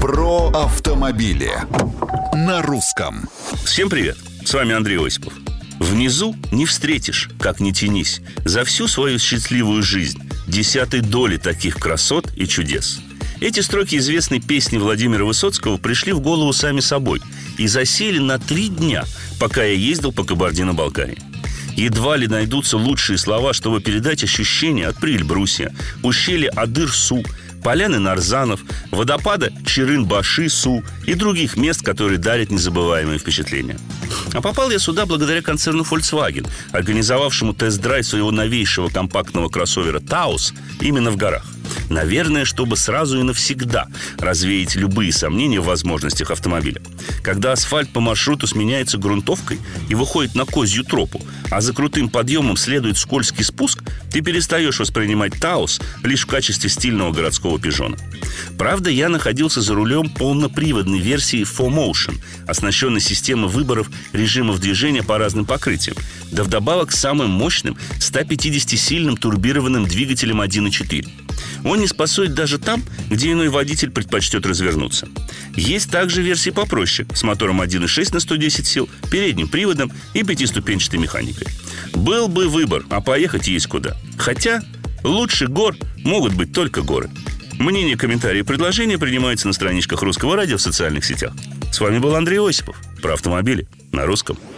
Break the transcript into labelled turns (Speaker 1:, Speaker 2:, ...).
Speaker 1: Про автомобили на русском.
Speaker 2: Всем привет, с вами Андрей Осипов. Внизу не встретишь, как ни тянись, за всю свою счастливую жизнь десятой доли таких красот и чудес. Эти строки известной песни Владимира Высоцкого пришли в голову сами собой и засели на 3 дня, пока я ездил по Кабардино-Балкарии. Едва ли найдутся лучшие слова, чтобы передать ощущения от При-Эльбрусья, ущелья Адыр-Су, поляны Нарзанов, водопада Чырын-Баши-Су и других мест, которые дарят незабываемые впечатления. А попал я сюда благодаря концерну Volkswagen, организовавшему тест-драйв своего новейшего компактного кроссовера Taos именно в горах. Наверное, чтобы сразу и навсегда развеять любые сомнения в возможностях автомобиля. Когда асфальт по маршруту сменяется грунтовкой и выходит на козью тропу, а за крутым подъемом следует скользкий спуск, ты перестаешь воспринимать Taos лишь в качестве стильного городского пижона. Правда, я находился за рулем полноприводной версии 4Motion, оснащенной системой выборов режимов движения по разным покрытиям, да вдобавок с самым мощным 150-сильным турбированным двигателем 1.4. Он не спасует даже там, где иной водитель предпочтет развернуться. Есть также версии попроще, с мотором 1.6 на 110 сил, передним приводом и 5-ступенчатой механикой. Был бы выбор, а поехать есть куда. Хотя лучше гор могут быть только горы. Мнения, комментарии и предложения принимаются на страничках Русского радио в социальных сетях. С вами был Андрей Осипов. Про автомобили на русском.